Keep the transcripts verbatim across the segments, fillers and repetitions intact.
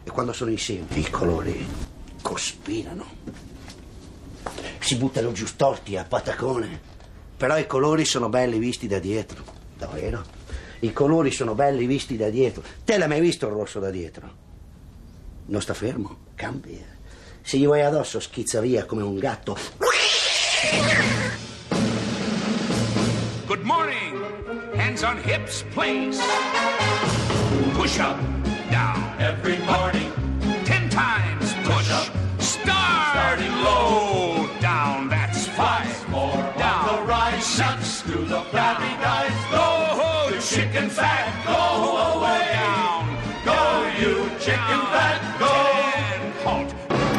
E quando sono insieme i colori cospirano, si buttano giù storti a patacone. Però i colori sono belli visti da dietro. Davvero? I colori sono belli visti da dietro. Te l'hai mai visto il rosso da dietro? Non sta fermo, cambia. Se gli vai addosso schizza via come un gatto. Good morning. Hands on hips, please. Push up, down. Every morning. Ten times push up. Start. Starting low. Down, that's five. More down. On the rise. Six. To the flabby guys. Go, the chicken fat. Go away. Down. Go, you chicken fat. Go. Halt.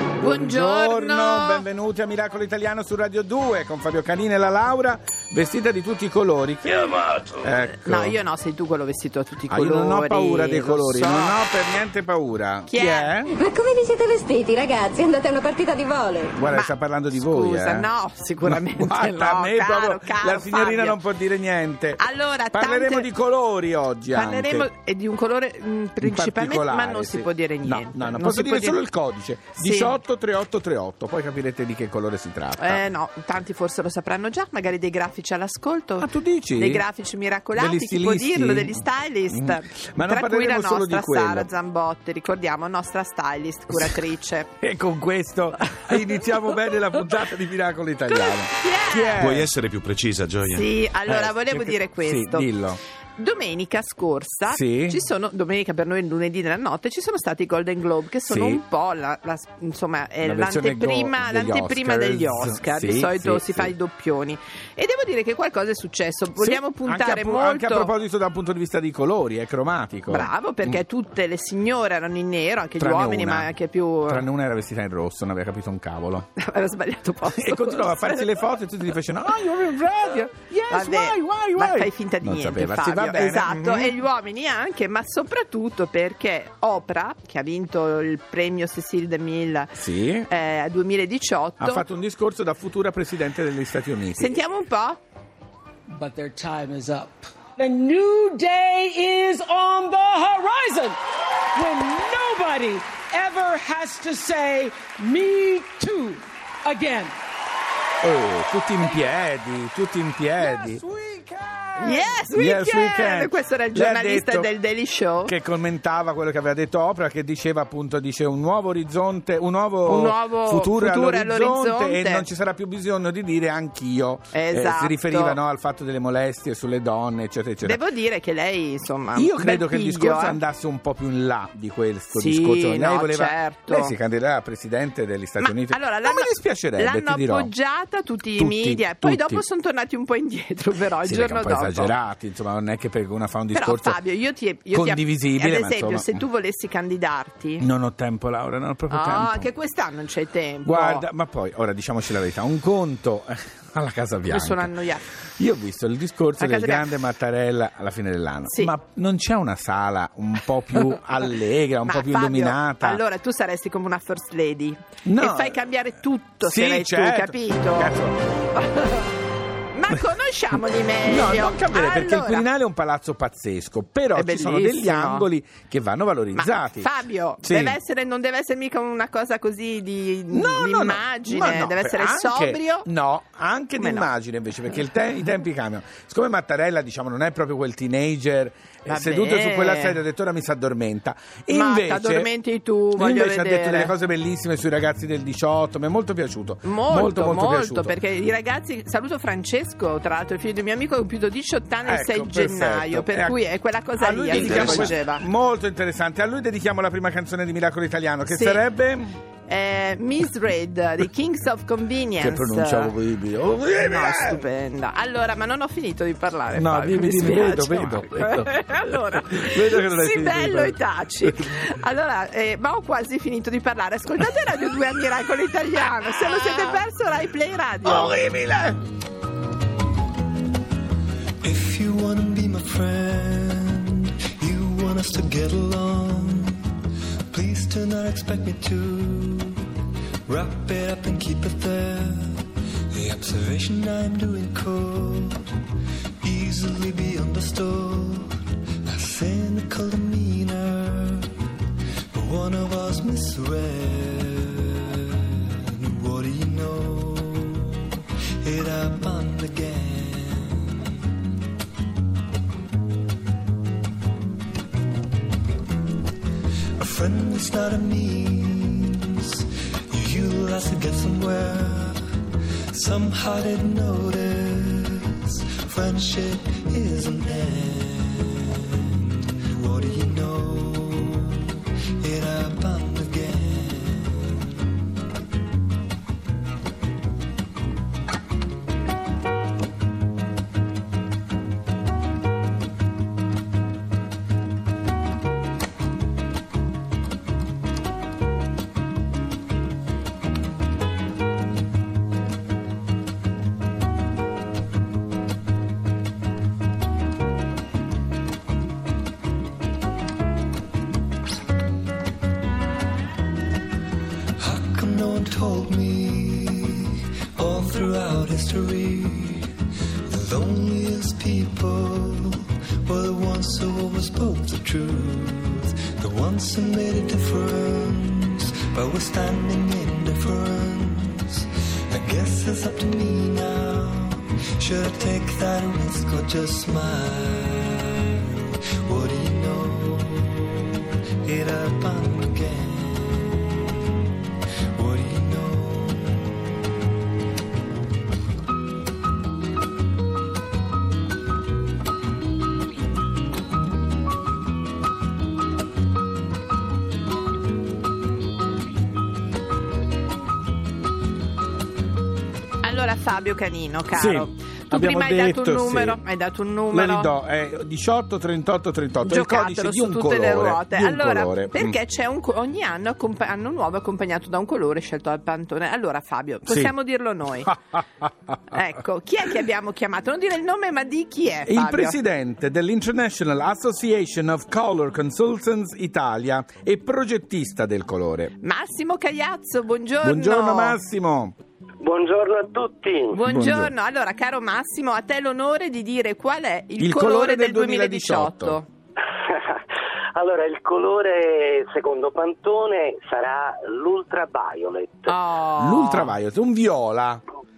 Buongiorno, benvenuti a Miracolo Italiano su Radio due con Fabio Canini e la Laura, vestita di tutti i colori. Chiamato. Ecco. No, io no, sei tu quello vestito a tutti i Ah, colori. io non ho paura dei colori, so. non ho per niente paura. Chi è? Ma come vi siete vestiti, ragazzi? Andate a una partita di volley? Guarda, Ma, sta parlando di voi. Scusa, eh. no, sicuramente Ma guarda, no, a me caro, proprio caro la signorina Fabio. non può dire niente. Allora, parleremo tante... di colori oggi. Parleremo anche. e di un colore mh, principalmente, ma non sì. si può dire niente. No, no, no, non posso si dire può solo il codice Sì. diciotto trentotto trentotto, poi capirete di che colore si tratta. Eh no, tanti forse lo sapranno già, magari dei grafici all'ascolto. Ah, tu dici? Dei grafici miracolati, Degli chi può stilisti? dirlo, degli stylist. Mm. Ma non tra cui parleremo la solo di nostra quello. Sara Zambotti, ricordiamo, nostra stylist, curatrice. E con questo iniziamo bene la puntata di Miracolo Italiano. Chi è? Puoi essere più precisa, Gioia? Sì, allora Eh, volevo che- dire questo. Sì, dillo. Domenica scorsa Sì. ci sono, domenica per noi lunedì nella notte, ci sono stati i Golden Globe, che sono Sì. un po' la, la- insomma è La versione l'anteprima, go- degli l'anteprima Oscars. degli Oscar. Sì, Di solito sì, si sì. fa i doppioni. E devo dire che qualcosa è successo. Vogliamo Sì, puntare anche a, molto. anche a proposito dal punto di vista dei colori, è cromatico. Bravo, perché tutte le signore erano in nero, anche Tranne gli uomini, una. ma anche più. Tranne una era vestita in rosso, non aveva capito un cavolo. Aveva sbagliato posto. E continuava a farsi le foto e tutti gli facevano "Ah, you're in red! Yes, Vabbè, why, why, ma why?" fai finta di Non niente, sapeva. Sì, Fabio. va bene. Esatto, Mhm. e gli uomini anche, ma soprattutto perché Oprah, che ha vinto il premio Cecil DeMille Sì. eh, duemiladiciotto, Ha fatto un discorso da futura presidente degli Stati Uniti. sentiamo un po'. But their time is up. The new day is on the horizon when nobody ever has to say me too again. Oh, tutti in piedi, tutti in piedi. Yes, we, Yes, can. we can. Questo era il Lei ha giornalista detto del Daily Show. che commentava quello che aveva detto Oprah, che diceva appunto dice un nuovo orizzonte, un nuovo, Un nuovo futuro, futuro all'orizzonte, all'orizzonte. e non ci sarà più bisogno di dire anch'io. Eh, Esatto. si riferiva, no, al fatto delle molestie sulle donne, eccetera, eccetera. Devo dire che lei, insomma, Io un credo bel che il piglio, discorso eh. andasse un po' più in là di questo Sì, discorso. Lei no, voleva, certo. lei si candiderà a presidente degli Stati Ma Uniti. allora, non l'hanno- mi dispiacerebbe, l'hanno ti dirò. appoggiata tutti, Tutti, i media, poi tutti. dopo sono tornati un po' indietro, però il Sì, perché giorno un po' dopo. esagerati, insomma, non è che perché una fa un Però discorso Fabio, io ti, io ti condivisibile, ad ma esempio, insomma, se tu volessi candidarti, non ho tempo, Laura, non ho proprio ah, tempo. anche quest'anno non c'è tempo. Guarda, ma poi, ora diciamoci la verità, un conto alla Casa mi Bianca. sono annoiata. Io ho visto il discorso La del Casa grande Mattarella alla fine dell'anno, Sì. ma non c'è una sala un po' più allegra, un Ma po' più Fabio, illuminata? allora tu saresti come una first lady No. e fai cambiare tutto Sì, se lei certo. tu, capito? Cazzo. Ma conosciamoli meglio. No, non cambiare, perché il Allora, Quirinale è un palazzo pazzesco, però È ci sono degli bellissimo. angoli che vanno Ma valorizzati. Fabio, Sì. deve essere, non deve essere mica una cosa così di, No, di no, no. immagine, Ma no, deve essere anche- sobrio. No, anche Come di no? immagine invece, perché il te- i tempi cambiano. Siccome Mattarella, diciamo, non è proprio quel teenager eh, Vabbè. seduto su quella sedia, ha detto ora mi si addormenta. Ma Invece, t'addormenti tu, voglio invece ha vedere. detto delle cose bellissime sui ragazzi del diciotto, mi è molto piaciuto. Molto, molto, molto, piaciuto. perché i ragazzi, saluto Francesco, tra l'altro il figlio di mio amico, ha compiuto diciotto anni il Ecco, sei perfetto. gennaio, per E a- cui è quella cosa a lì lui che dedichiamo coinvolgeva. questo- molto interessante. A lui dedichiamo la prima canzone di Miracolo Italiano, che Sì. sarebbe Eh, Miss Red, The Kings of Convenience. che pronunciavo orribile. No, Orribile! stupenda. Allora, ma non ho finito di parlare. No, Fabio, dimmi, mi dimmi, spiace. vedo, vedo, vedo. Allora, Vedo che non hai sì, finito di bello parlare. e taci. Allora, eh, ma ho quasi finito di parlare. Ascoltate Radio due a Miracolo Italiano. Se lo siete perso, Rai Play Radio. Orribile! If you wanna be my friend, you want us to get along, please do not expect me to wrap it up and keep it there. The observation I'm doing could easily be understood. A cynical demeanor, but one of of us misread. What do you know? It happened again. A friend is not a means you use us to get somewhere. Somehow didn't notice friendship is an end. What do you know? It happened again. Told me all throughout history the loneliest people were the ones who always spoke the truth, the ones who made a difference but were standing in difference. I guess it's up to me now. Should I take that risk or just smile? What do you know? It happened again. Allora Fabio Canino, caro, Sì, tu prima hai detto, dato un numero, sì. hai dato un Lo numero. ridò, è diciotto trentotto trentotto, è il codice Giocatelo di su un tutte colore, le ruote. di un Allora, colore. perché Mm. c'è un co- ogni anno accompa- anno nuovo accompagnato da un colore scelto dal Pantone. Allora Fabio, possiamo Sì. dirlo noi. Ecco, chi è che abbiamo chiamato? Non dire il nome, ma di chi è, Fabio? Il presidente dell'International Association of Color Consultants Italia e progettista del colore. Massimo Cagliazzo, buongiorno. Buongiorno Massimo. Buongiorno a tutti. Buongiorno. Buongiorno. Allora, caro Massimo, a te l'onore di dire qual è il, Il colore, colore del del duemiladiciotto. duemiladiciotto. Allora, il colore secondo Pantone sarà l'ultraviolet. Oh. L'ultraviolet, un viola.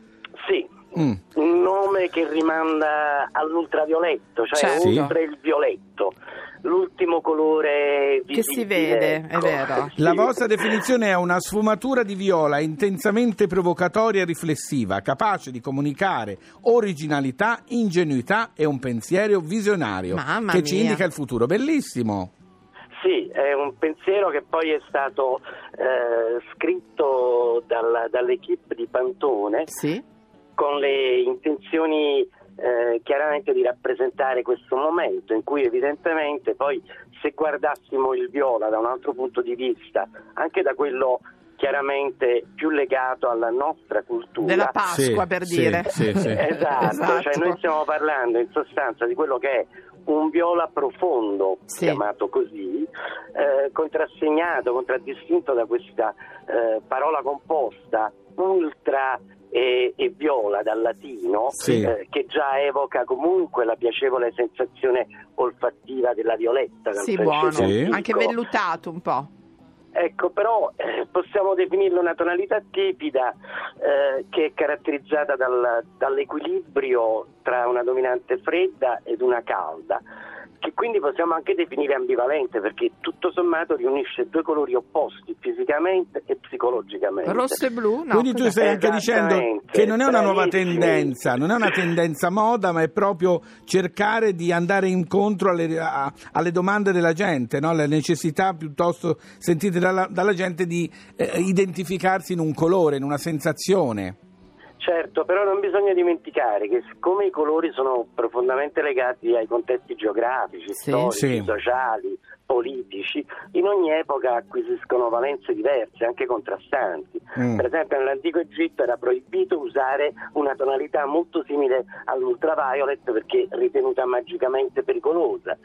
Sì, Mm. un nome che rimanda all'ultravioletto, cioè Certo. oltre il violetto. L'ultimo colore visibile. Che si vede, è ecco. vero. Sì. La vostra definizione è una sfumatura di viola intensamente provocatoria e riflessiva, capace di comunicare originalità, ingenuità e un pensiero visionario Mamma che ci mia. indica il futuro. Bellissimo. Sì, è un pensiero che poi è stato eh, scritto dalla, dall'equipe di Pantone Sì. con le intenzioni eh, chiaramente di rappresentare questo momento in cui evidentemente poi se guardassimo il viola da un altro punto di vista, anche da quello chiaramente più legato alla nostra cultura, Della Pasqua, Sì, per sì, dire. sì, sì. esatto, Esatto. cioè noi stiamo parlando in sostanza di quello che è un viola profondo, Sì. chiamato così, eh, contrassegnato, contraddistinto da questa eh, parola composta ultra e, e viola dal latino, Sì. eh, che già evoca comunque la piacevole sensazione olfattiva della violetta, dal Sì, francese buono. Sì. antico. Anche vellutato un po'. Ecco, però eh, possiamo definirlo una tonalità tipida eh, che è caratterizzata dal- dall'equilibrio tra una dominante fredda ed una calda, che quindi possiamo anche definire ambivalente, perché tutto sommato riunisce due colori opposti fisicamente e psicologicamente. Rosso e blu? No, Quindi tu cos'è? stai anche dicendo Esattamente, che non è una nuova bravissimi. tendenza, non è una tendenza moda, ma è proprio cercare di andare incontro alle, a- alle domande della gente, no? Le necessità piuttosto sentite dalla, dalla gente di eh, identificarsi in un colore, in una sensazione. Certo, però non bisogna dimenticare che siccome i colori sono profondamente legati ai contesti geografici, Sì. storici, Sì. sociali, politici, in ogni epoca acquisiscono valenze diverse, anche contrastanti. Mm. Per esempio nell'antico Egitto era proibito usare una tonalità molto simile all'ultraviolet perché ritenuta magicamente pericolosa,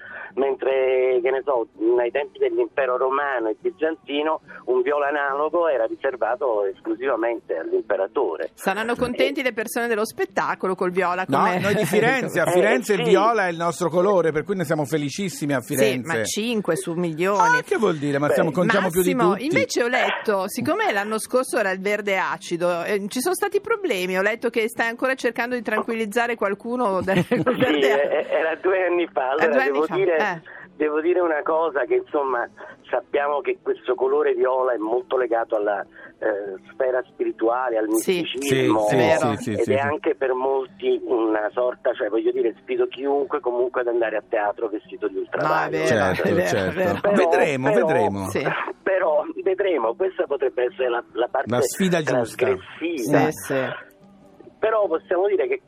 mentre che ne so, nei tempi dell'impero romano e bizantino un viola analogo era riservato esclusivamente all'imperatore. Saranno Quindi contenti le persone dello spettacolo col viola. Come... No, noi di Firenze, a Firenze il viola è il nostro colore, per cui ne siamo felicissimi a Firenze. Sì, ma cinque su milioni. Ah, che vuol dire? Ma stiamo, contiamo Massimo, più di tutti. invece ho letto, siccome l'anno scorso era il verde acido, eh, ci sono stati problemi, ho letto che stai ancora cercando di tranquillizzare qualcuno del Sì, verde acido. era due anni fa, allora due anni devo fa, dire... eh. Devo dire una cosa, che insomma sappiamo che questo colore viola è molto legato alla eh, sfera spirituale, al Sì. misticismo, Sì, sì, sì, ed sì, è sì. anche per molti una sorta, cioè voglio dire, sfido chiunque comunque ad andare a teatro vestito di ultraviola. No, è vero, Certo, è vero, certo. è vero. Però- vedremo, però- vedremo. Sì. Però vedremo, questa potrebbe essere la, la parte La sfida giusta. trasgressiva. Sì, sì. Però possiamo dire che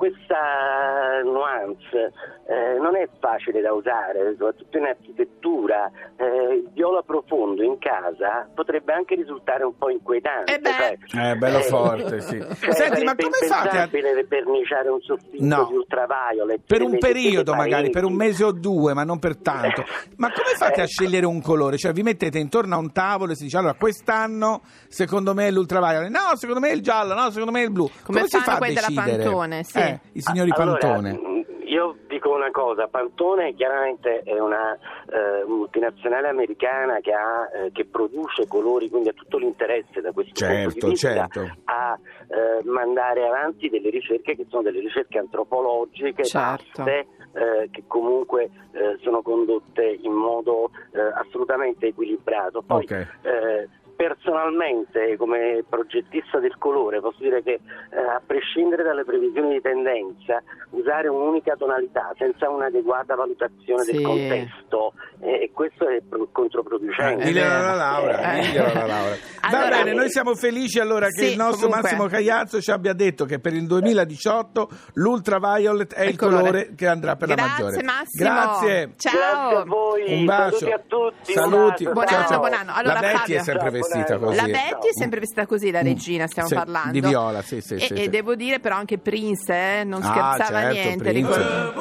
questa nuance eh, non è facile da usare, soprattutto in architettura. Eh, il viola profondo in casa potrebbe anche risultare un po' inquietante. Eh beh. cioè, Eh, bello eh, forte, sì. Cioè, Senti, ma sarebbe come fate a... impensabile verniciare un soffitto No. di ultraviolet Per un le- le- periodo le magari, per un pareti. mese o due, ma non per tanto. Ma come fate a Eh. scegliere un colore? Cioè vi mettete intorno a un tavolo e si dice allora quest'anno secondo me è l'ultraviolet, no secondo me è il giallo, no secondo me è il blu. Come si fanno fa a quelli della decidere? Pantone, sì. Eh, i signori Allora, Pantone. mh, io dico una cosa, Pantone chiaramente è una eh, multinazionale americana che, ha, eh, che produce colori, quindi ha tutto l'interesse da questo Certo, punto di vista certo. a eh, mandare avanti delle ricerche che sono delle ricerche antropologiche, Certo. vaste, eh, che comunque eh, sono condotte in modo eh, assolutamente equilibrato. Poi, Ok. eh, personalmente, come progettista del colore, posso dire che eh, a prescindere dalle previsioni di tendenza, usare un'unica tonalità senza un'adeguata valutazione Sì. del contesto, eh, e questo è pro- controproducente. Eh, Diglielo vero. alla Laura, Eh. diglielo alla Laura. Va Allora- bene, noi siamo felici allora che Sì, il nostro comunque. Massimo Cagliazzo ci abbia detto che per il duemiladiciotto l'ultraviolet è il, Il colore. colore che andrà per Grazie, la maggiore. Massimo. Grazie. Ciao. Grazie a voi, Un bacio. saluti a tutti. Saluti. un bacio. Buon Ciao, anno, ciao. buon anno. Allora, la Betty Fabio. è sempre Ciao, vestita buon anno. così. La Betty è sempre vestita così, la regina, stiamo Sì, parlando. di viola, sì, sì, E, sì, e sì. devo dire però anche Prince, eh, non Ah, scherzava certo, niente. Prince. ricordo-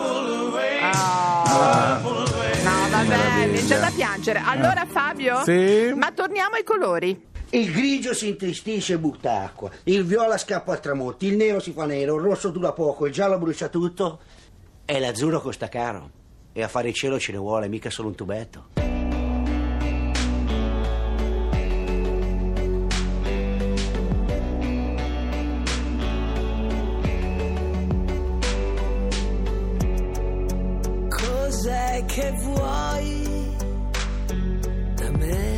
Oh. Ah. No, vabbè, Meraviglia. c'è da piangere. Allora, Fabio, Sì? ma torniamo ai colori. Il grigio si intristisce e butta acqua, il viola scappa al tramonto, il nero si fa nero, il rosso dura poco, il giallo brucia tutto e l'azzurro costa caro. E a fare il cielo ce ne vuole, mica solo un tubetto. Cos'è che vuoi da me?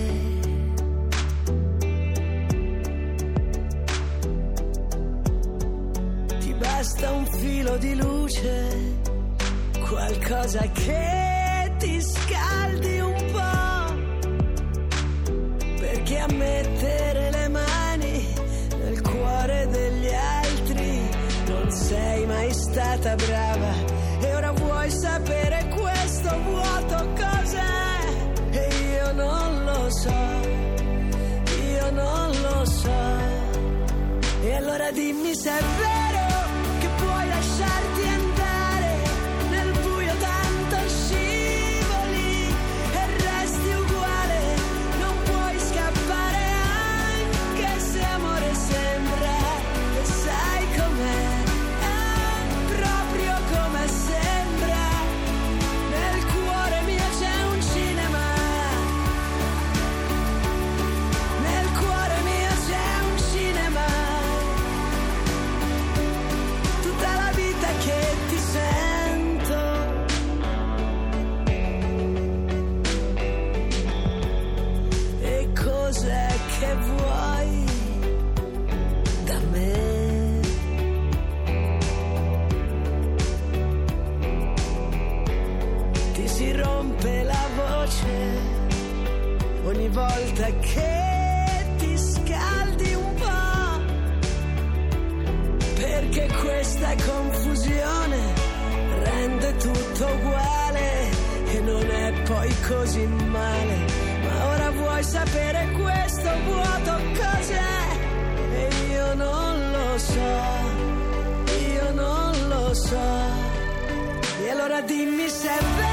Ti basta un filo di luce, qualcosa che ti scaldi un po', perché a mettere le mani nel cuore degli altri non sei mai stata brava. E ora vuoi sapere questo vuoto cos'è? E io non lo so, io non lo so. E allora dimmi se è vero che puoi lasciarti andare nel buio, tanto scivoli e resti uguale. Non puoi scappare anche se amore sembra. E sai com'è? Proprio come sembra, nel cuore mio c'è un cinema, nel cuore mio c'è un cinema, tutta la vita che ti sento. E cos'è che vuoi da me? Ti si rompe la voce ogni volta che ti scaldi un po', perché questa confusione rende tutto uguale e non è poi così male. Ma ora vuoi sapere questo vuoto cos'è? E io non lo so, io non lo so. E allora dimmi se è vero